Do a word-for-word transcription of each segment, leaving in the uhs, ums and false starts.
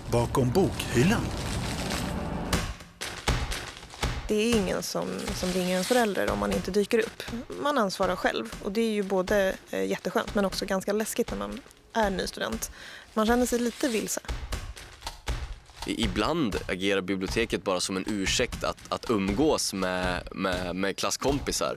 Bakom bokhyllan. Det är ingen som, som ringer en förälder om man inte dyker upp. Man ansvarar själv och det är ju både eh, jätteskönt men också ganska läskigt när man är ny student. Man känner sig lite vilse. Ibland agerar biblioteket bara som en ursäkt att, att umgås med, med, med klasskompisar.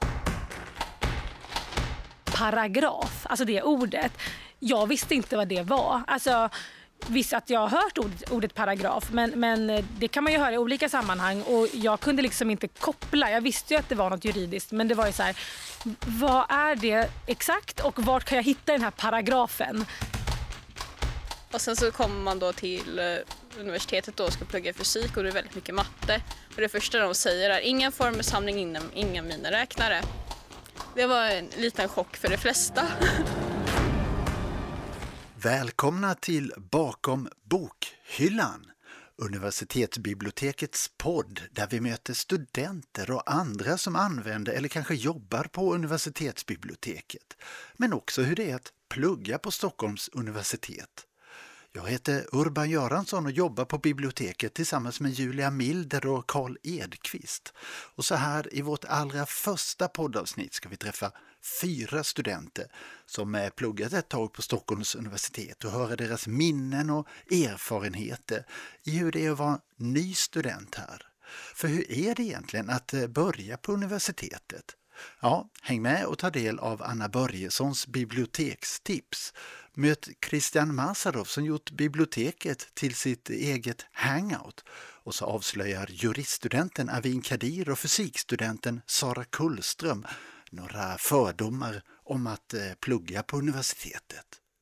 Paragraf, alltså det ordet. Jag visste inte vad det var. Alltså, visst att jag har hört ordet, ordet paragraf, men, men det kan man ju höra i olika sammanhang och jag kunde liksom inte koppla. Jag visste ju att det var något juridiskt, men det var ju så här, vad är det exakt och vart kan jag hitta den här paragrafen? Och sen så kommer man då till universitetet då och ska plugga fysik och det är väldigt mycket matte. Och det första de säger är ingen formelsamling, inga miniräknare. Det var en liten chock för de flesta. Välkomna till Bakom bokhyllan, universitetsbibliotekets podd där vi möter studenter och andra som använder eller kanske jobbar på universitetsbiblioteket. Men också hur det är att plugga på Stockholms universitet. Jag heter Urban Göransson och jobbar på biblioteket tillsammans med Julia Milder och Karl Edqvist. Och så här i vårt allra första poddavsnitt ska vi träffa fyra studenter som pluggat ett tag på Stockholms universitet och höra deras minnen och erfarenheter i hur det är att vara ny student här. För hur är det egentligen att börja på universitetet? Ja, häng med och ta del av Anna Börjessons bibliotekstips. Möt Christian Masarov som gjort biblioteket till sitt eget hangout. Och så avslöjar juriststudenten Avin Kadir och fysikstudenten Sara Kullström några fördomar om att plugga på universitetet.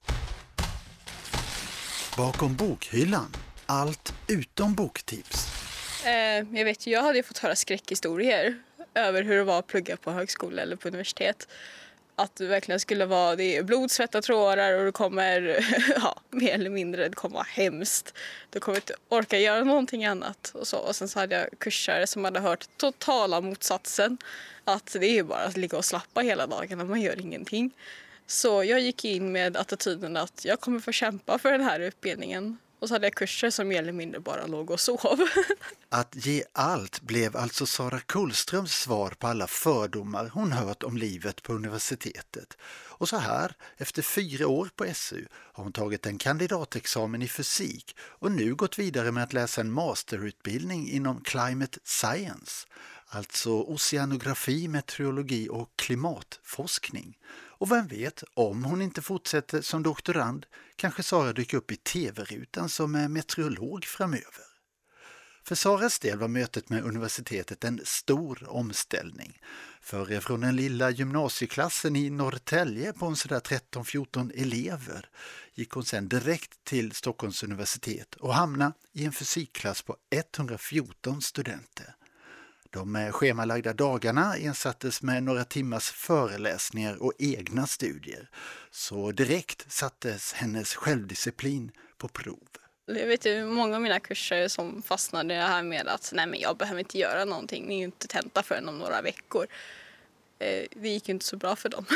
Bakom bokhyllan, allt utom boktips. Eh, jag vet ju, jag hade ju fått höra skräckhistorier över hur det var att plugga på högskola eller på universitet. Att det verkligen skulle vara det är blod, svett och trådar och det kommer, ja, mer eller mindre, det kommer vara hemskt. Du kommer inte orka göra någonting annat. Och, så. Och sen så hade jag kursare som hade hört totala motsatsen. Att det är bara att ligga och slappa hela dagen och man gör ingenting. Så jag gick in med attityden att jag kommer få kämpa för den här utbildningen. Och så hade jag kurser som mer eller mindre bara låg och sov. Att ge allt blev alltså Sara Kullströms svar på alla fördomar hon hört om livet på universitetet. Och så här, efter fyra år på S U har hon tagit en kandidatexamen i fysik och nu gått vidare med att läsa en masterutbildning inom Climate Science, alltså oceanografi, meteorologi och klimatforskning. Och vem vet, om hon inte fortsätter som doktorand kanske Sara dyker upp i tv-rutan som är meteorolog framöver. För Saras del var mötet med universitetet en stor omställning. För från den lilla gymnasieklassen i Norrtälje på en sådär tretton fjorton elever gick hon sedan direkt till Stockholms universitet och hamnade i en fysikklass på etthundrafjorton studenter. De schemalagda dagarna ensattes med några timmars föreläsningar och egna studier. Så direkt sattes hennes självdisciplin på prov. Jag vet ju många av mina kurser som fastnade det här med att nej men jag behöver inte göra någonting. Ni är ju inte tenta förrän om några veckor. Det gick ju inte så bra för dem.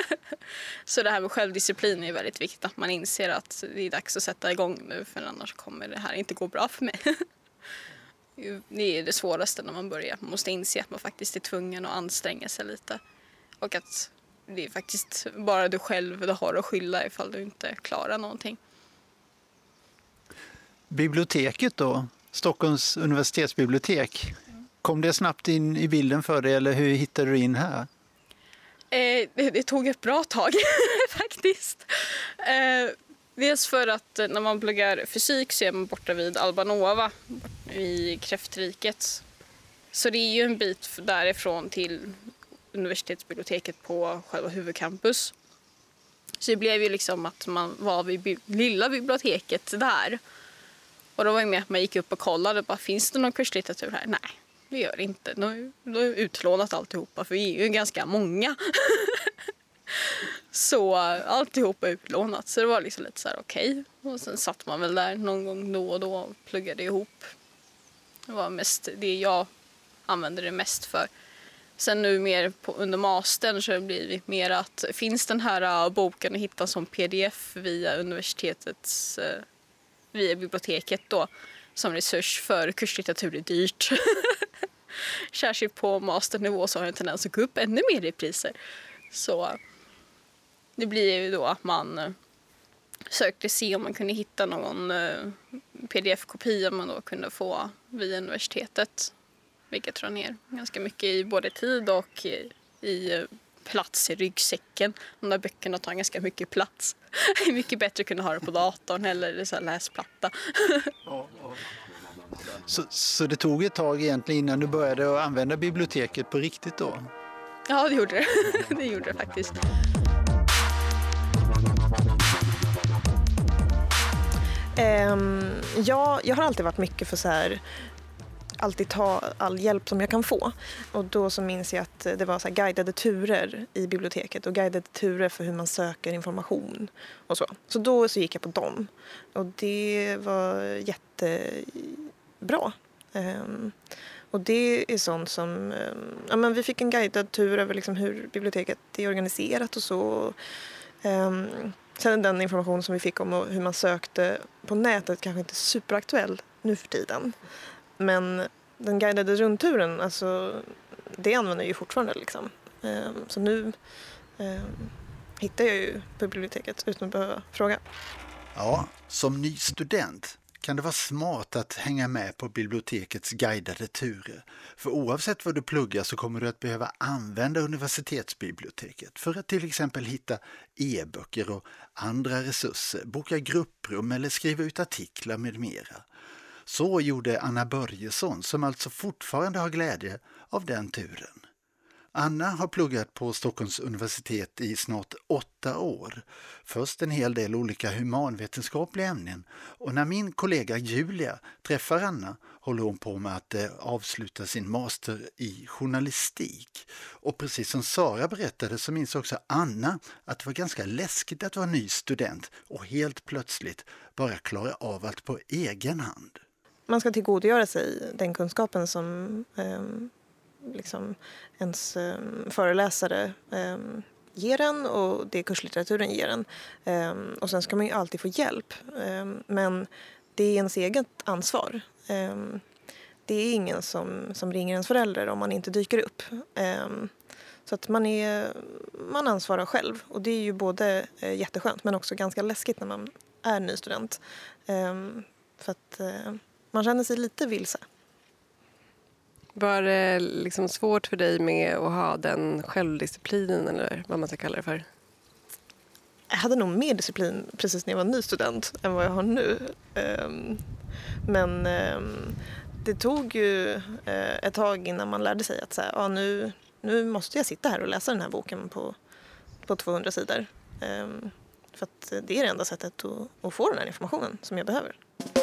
Så det här med självdisciplin är väldigt viktigt. Att man inser att det är dags att sätta igång nu för annars kommer det här inte gå bra för mig. Det är det svåraste när man börjar. Man måste inse att man faktiskt är tvungen att anstränga sig lite. Och att det är faktiskt bara du själv du har att skylla ifall du inte klarar någonting. Biblioteket då, Stockholms universitetsbibliotek. Kom det snabbt in i bilden för dig eller hur hittade du in här? Eh, det, det tog ett bra tag faktiskt. Eh, dels för att när man pluggar fysik så är man borta vid Alba Nova i Kräftriket. Så det är ju en bit därifrån till universitetsbiblioteket på själva huvudcampus. Så det blev ju liksom att man var vid bi- lilla biblioteket där. Och då var det med att man gick upp och kollade. Bara, finns det någon kurslitteratur här? Nej, det gör det inte. Då är utlånat alltihopa. För vi är ju ganska många. Så alltihopa är utlånat. Så det var liksom lite så här okej. Okay. Och sen satt man väl där någon gång då och då och pluggade ihop. Det var mest det jag använde det mest för. Sen nu mer på, under mastern så blir det mer att finns den här uh, boken att hitta som pdf via universitetets uh, via biblioteket då som resurs, för kurslitteratur är dyrt. Särskilt på masternivå så har det en tendens att gå upp ännu mer i priser. Så det blir ju då att man sökte se om man kunde hitta någon pdf-kopia man då kunde få via universitetet. Vilket drar ner ganska mycket i både tid och i plats i ryggsäcken. De där böckerna tar ganska mycket plats. Det är mycket bättre att kunna ha det på datorn eller så här läsplatta. Så, så det tog ett tag egentligen innan du började att använda biblioteket på riktigt då? Ja, det gjorde det. Det gjorde det faktiskt. Um, ja, jag har alltid varit mycket för så här, alltid ta all hjälp som jag kan få. Och då så minns jag att det var så här guidade turer i biblioteket och guidade turer för hur man söker information och så. Så då så gick jag på dem. Och det var jättebra. Um, och det är sånt som, um, ja men vi fick en guidad tur över liksom hur biblioteket är organiserat och så. Um, sen den information som vi fick om hur man sökte på nätet kanske inte är superaktuell nu för tiden. Men den guidade rundturen, alltså, det använder jag ju fortfarande. Liksom. Um, så nu um, hittar jag ju på biblioteket utan att behöva fråga. Ja, som ny student kan det vara smart att hänga med på bibliotekets guidade turer. För oavsett vad du pluggar så kommer du att behöva använda universitetsbiblioteket för att till exempel hitta e-böcker och andra resurser, boka grupprum eller skriva ut artiklar med mera. Så gjorde Anna Börjesson, som alltså fortfarande har glädje av den turen. Anna har pluggat på Stockholms universitet i snart åtta år. Först en hel del olika humanvetenskapliga ämnen. Och när min kollega Julia träffar Anna håller hon på med att eh, avsluta sin master i journalistik. Och precis som Sara berättade så minns också Anna att det var ganska läskigt att vara ny student och helt plötsligt bara klara av allt på egen hand. Man ska tillgodogöra sig den kunskapen som eh, liksom ens eh, föreläsare eh, ger en och det kurslitteraturen ger en. Eh, och sen ska man ju alltid få hjälp. Eh, men det är ens eget ansvar. Eh, det är ingen som, som ringer ens förälder om man inte dyker upp. Eh, så att man, är, man ansvarar själv. Och det är ju både eh, jätteskönt men också ganska läskigt när man är ny student. Eh, för att eh, man känner sig lite vilse. Var det liksom svårt för dig med att ha den självdisciplinen eller vad man ska kalla det för? Jag hade nog mer disciplin precis när jag var ny student än vad jag har nu. Men det tog ju ett tag innan man lärde sig att så här, ja, nu, nu måste jag sitta här och läsa den här boken på, på tvåhundra sidor. För att det är det enda sättet att, att få den här informationen som jag behöver.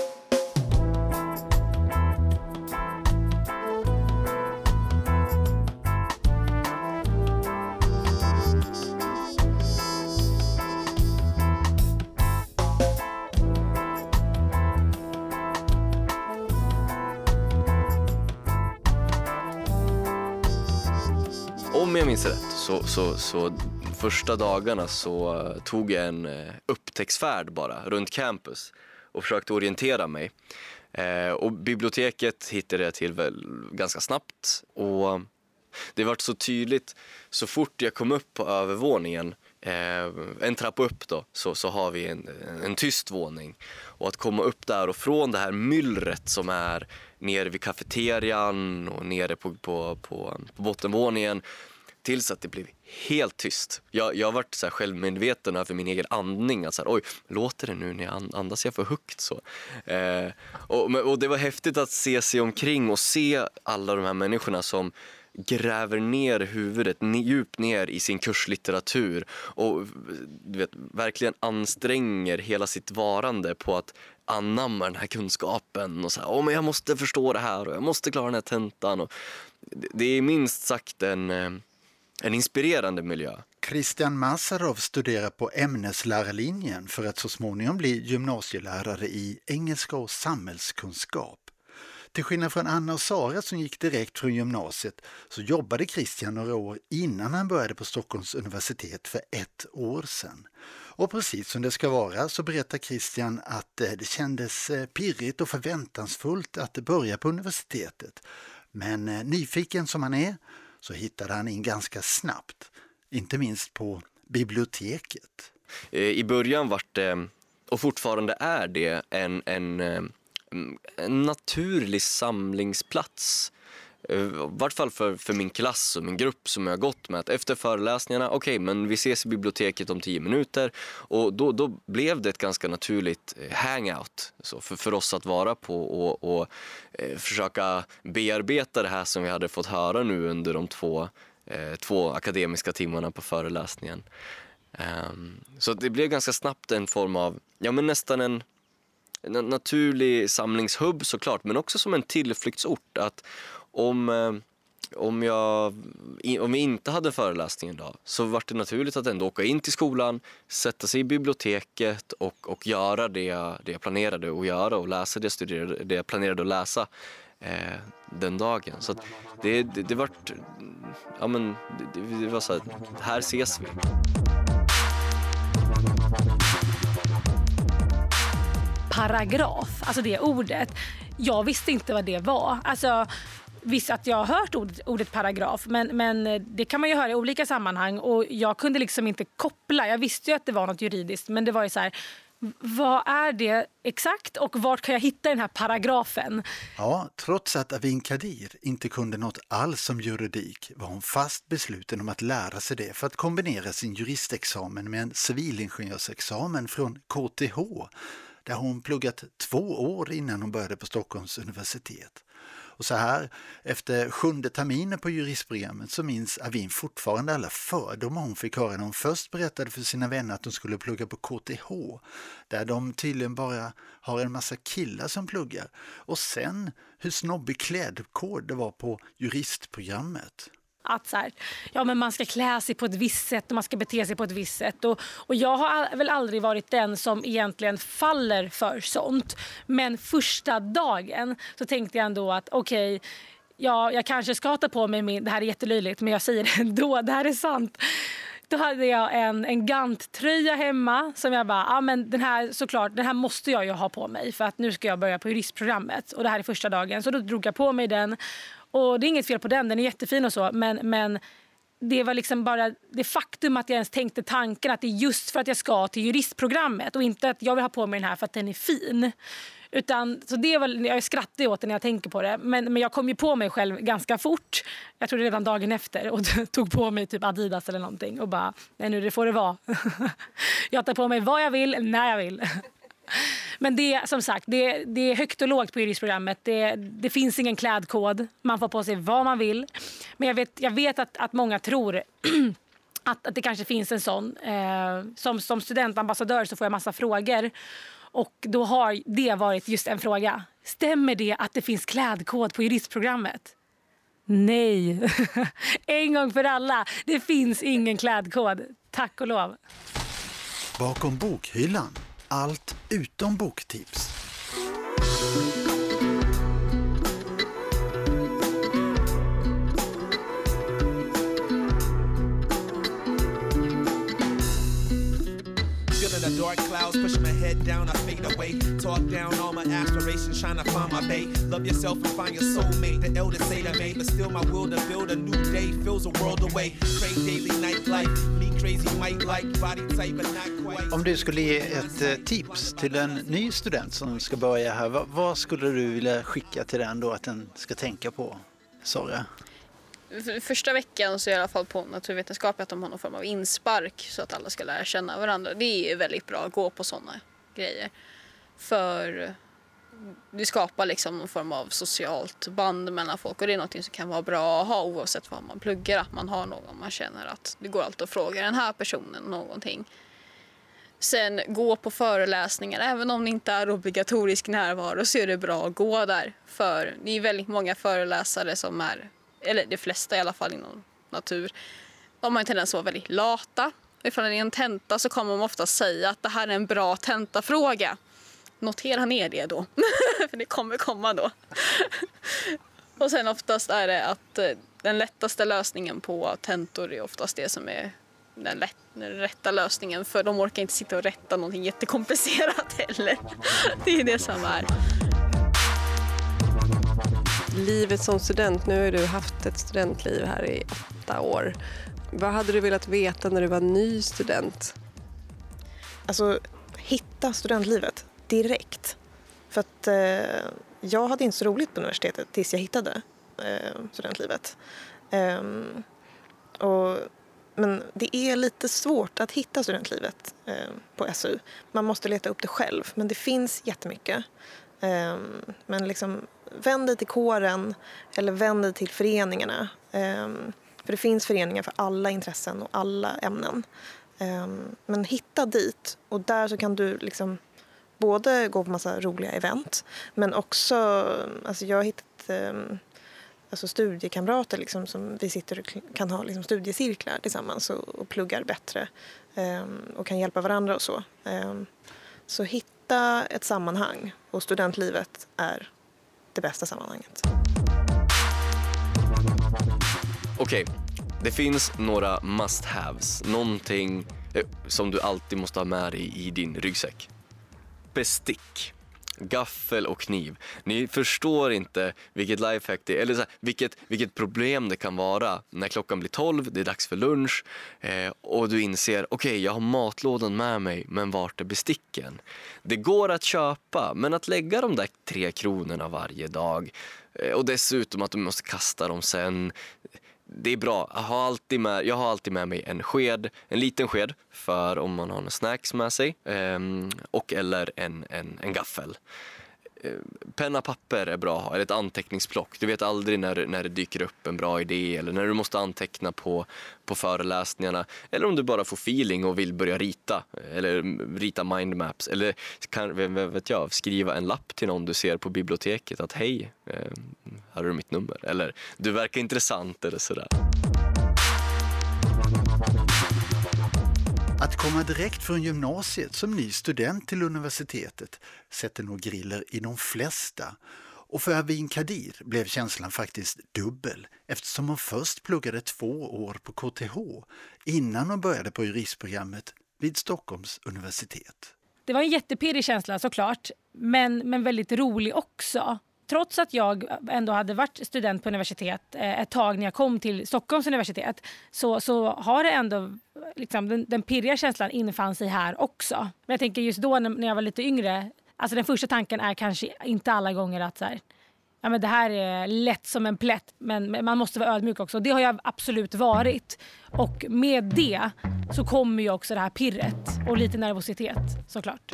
Om jag minns rätt så, så, så första dagarna så tog jag en upptäcktsfärd bara runt campus och försökte orientera mig. Eh, och biblioteket hittade jag till väl ganska snabbt. Och det var så tydligt så fort jag kom upp på övervåningen, eh, en trappa upp då, så, så har vi en, en tyst våning. Och att komma upp där och från det här myllret som är nere vid kafeterian och nere på, på, på, på bottenvåningen tills att det blev helt tyst. Jag, jag har varit så här självmedveten över min egen andning. Att så här, oj, låter det nu när jag andas jag för högt så? Eh, och, och det var häftigt att se sig omkring och se alla de här människorna som gräver ner huvudet djupt ner i sin kurslitteratur och du vet, verkligen anstränger hela sitt varande på att anamma den här kunskapen och så här, åh, men jag måste förstå det här och jag måste klara den här tentan. Och det är minst sagt en, en inspirerande miljö. Christian Massarov studerar på ämneslärarlinjen för att så småningom bli gymnasielärare i engelska och samhällskunskap. Till skillnad från Anna och Sara som gick direkt från gymnasiet så jobbade Christian några år innan han började på Stockholms universitet för ett år sedan. Och precis som det ska vara så berättar Christian att det kändes pirrigt och förväntansfullt att börja på universitetet. Men nyfiken som han är så hittade han in ganska snabbt, inte minst på biblioteket. I början var det, och fortfarande är det, en, en, en naturlig samlingsplats. I vart fall för, för min klass och min grupp som jag har gått med. Att efter föreläsningarna, okej okay, men vi ses i biblioteket om tio minuter. Och då, då blev det ett ganska naturligt hangout så för, för oss att vara på och, och eh, försöka bearbeta det här som vi hade fått höra nu under de två, eh, två akademiska timmarna på föreläsningen. Um, så det blev ganska snabbt en form av, ja men nästan en, en naturlig samlingshubb såklart, men också som en tillflyktsort. Att om, eh, om, jag, om vi inte hade föreläsningen idag så var det naturligt att ändå åka in till skolan, sätta sig i biblioteket och, och göra det jag, det jag planerade att göra och läsa det jag, studerade, det jag planerade att läsa eh, den dagen. Så att det, det, det var, ja men, det, det var så här, här ses vi. Paragraf, alltså det ordet. Jag visste inte vad det var. Alltså, visst att jag har hört ordet, ordet paragraf, men, men det kan man ju höra i olika sammanhang och jag kunde liksom inte koppla. Jag visste ju att det var något juridiskt, men det var ju så här, vad är det exakt och vart kan jag hitta den här paragrafen? Ja, trots att Avin Kadir inte kunde något alls om juridik var hon fast besluten om att lära sig det för att kombinera sin juristexamen med en civilingenjörsexamen från K T H där hon pluggat två år innan hon började på Stockholms universitet. Och så här, efter sjunde terminen på juristprogrammet så minns Avin fortfarande alla fördomar hon fick höra när hon först berättade för sina vänner att de skulle plugga på K T H. Där de tydligen bara har en massa killar som pluggar. Och sen hur snobbig klädkod det var på juristprogrammet. Att så här, ja, men man ska klä sig på ett visst sätt och man ska bete sig på ett visst sätt. Och, och jag har väl aldrig varit den som egentligen faller för sånt. Men första dagen så tänkte jag ändå att okej, okay, ja, jag kanske ska ta på mig min, det här är jättelöjligt men jag säger det ändå, det här är sant. Då hade jag en, en Gant-tröja hemma som jag bara, ja men den här såklart, den här måste jag ju ha på mig för att nu ska jag börja på juristprogrammet. Och det här är första dagen, så då drog jag på mig den. Och det är inget fel på den, den är jättefin och så, men, men det var liksom bara det faktum att jag ens tänkte tanken att det är just för att jag ska till juristprogrammet och inte att jag vill ha på mig den här för att den är fin. Utan, så det var, jag skrattar åt det när jag tänker på det, men, men jag kom ju på mig själv ganska fort. Jag tror det redan dagen efter och tog på mig typ Adidas eller någonting och bara, nej nu det får det vara. Jag tar på mig vad jag vill, när jag vill. Men det, som sagt, det, det är högt och lågt på juristprogrammet. Det, det finns ingen klädkod. Man får på sig vad man vill. Men jag vet, jag vet att, att många tror att, att det kanske finns en sån. Eh, som, som studentambassadör så får jag massa frågor. Och då har det varit just en fråga. Stämmer det att det finns klädkod på juristprogrammet? Nej. En gång för alla. Det finns ingen klädkod. Tack och lov. Bakom bokhyllan. Allt utom boktips. Feeling the dark clouds, pushing my head down, I fade away. Talk down all my aspirations, trying to find my bait. Love yourself and find your soulmate. The elders say that may, but still my will to build a new day fills a world away. Crave daily nightlife, me crazy might like body type but not quite. Om du skulle ge ett eh, tips till en ny student som ska börja här, vad, vad skulle du vilja skicka till den då att den ska tänka på, Sara? Första veckan så är i alla fall på naturvetenskap att de har någon form av inspark så att alla ska lära känna varandra. Det är väldigt bra att gå på sådana grejer. För det skapar liksom någon form av socialt band mellan folk och det är något som kan vara bra att ha oavsett vad man pluggar. Att man har någon man känner att det går alltid att fråga den här personen någonting. Sen gå på föreläsningar, även om det inte är obligatorisk närvaro så är det bra att gå där. För det är väldigt många föreläsare som är, eller de flesta i alla fall inom natur, de har en tendens att vara väldigt lata. Ifall det är en tenta så kommer de ofta säga att det här är en bra tentafråga. notera ner det då. För det kommer komma då. Och sen oftast är det att den lättaste lösningen på tentor är oftast det som är den, lätt, den rätta lösningen. För de orkar inte sitta och rätta någonting jättekomplicerat heller. Det är det som är. Livet som student, nu har du haft ett studentliv här i åtta år. Vad hade du velat veta när du var ny student? Alltså, hitta studentlivet direkt. För att eh, jag hade inte så roligt på universitetet tills jag hittade eh, studentlivet. Eh, och, men det är lite svårt att hitta studentlivet eh, på S U. Man måste leta upp det själv, men det finns jättemycket. Eh, men liksom, vänd dig till kåren eller vänd dig till föreningarna. Eh, för det finns föreningar för alla intressen och alla ämnen. Eh, men hitta dit, och där så kan du liksom både gå på massa roliga event, men också, alltså jag har hittat eh, alltså studiekamrater liksom, som vi sitter och kan ha liksom studiecirklar tillsammans och, och pluggar bättre eh, och kan hjälpa varandra och så. Eh, så hitta ett sammanhang, och studentlivet är det bästa sammanhanget. Okej, okay. Det finns några must-haves, någonting eh, som du alltid måste ha med dig i din ryggsäck. Bestick, gaffel och kniv. Ni förstår inte vilket lifehack det är, eller så här, vilket, vilket problem det kan vara när klockan blir tolv, det är dags för lunch eh, och du inser, okej, okay, jag har matlådan med mig, men vart är besticken? Det går att köpa, men att lägga de där tre kronorna varje dag eh, och dessutom att du måste kasta dem sen. Det är bra. Jag har alltid med, jag har alltid med mig en sked, en liten sked för om man har några snacks med sig eh, och eller en, en, en gaffel. Eh, penna papper är bra att ha, eller ett anteckningsblock. Du vet aldrig när, när det dyker upp en bra idé eller när du måste anteckna på, på föreläsningarna. Eller om du bara får feeling och vill börja rita eller rita mindmaps eller kan, vet jag, skriva en lapp till någon du ser på biblioteket att hej, eh, här har du mitt nummer. Eller du verkar intressant eller sådär. Att komma direkt från gymnasiet som ny student till universitetet sätter nog griller i de flesta. Och för Avin Kadir blev känslan faktiskt dubbel eftersom hon först pluggade två år på K T H innan hon började på juristprogrammet vid Stockholms universitet. Det var en jättepirrig känsla såklart, men, men väldigt rolig också. Trots att jag ändå hade varit student på universitet ett tag när jag kom till Stockholms universitet så, så har det ändå liksom, den, den pirriga känslan infann sig här också. Men jag tänker just då när jag var lite yngre, alltså den första tanken är kanske inte alla gånger att så här, ja, men det här är lätt som en plätt, men man måste vara ödmjuk också. Det har jag absolut varit. Och med det så kommer ju också det här pirret och lite nervositet såklart.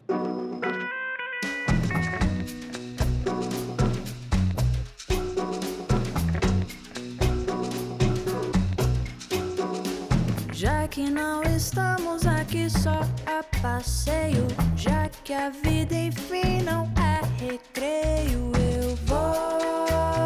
Já que não estamos aqui só a passeio, já que a vida enfim não é recreio, eu vou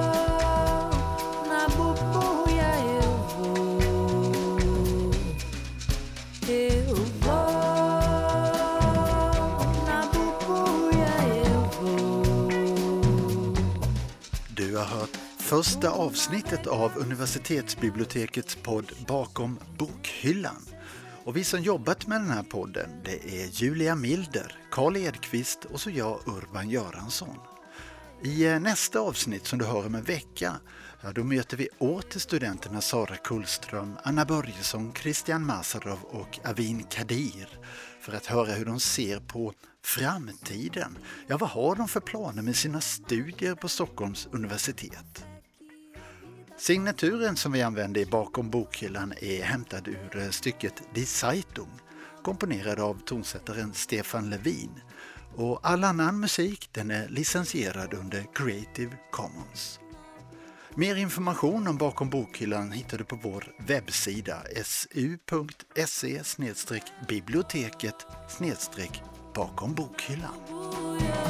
na bubuia, eu vou, eu vou na bubuia, eu vou. Du har hört första avsnittet av Universitetsbibliotekets podd Bakom bokhyllan. Och vi som jobbat med den här podden, det är Julia Milder, Karl Edqvist och så jag, Urban Göransson. I nästa avsnitt som du hör om en vecka, ja, då möter vi åter studenterna Sara Kullström, Anna Börjesson, Christian Masarov och Avin Kadir för att höra hur de ser på framtiden. Ja, vad har de för planer med sina studier på Stockholms universitet? Signaturen som vi använder i Bakom bokhyllan är hämtad ur stycket Die Zeitung, komponerad av tonsättaren Stefan Levin. Och all annan musik den är licensierad under Creative Commons. Mer information om Bakom bokhyllan hittar du på vår webbsida s u punkt se slash biblioteket slash bakom bokhyllan.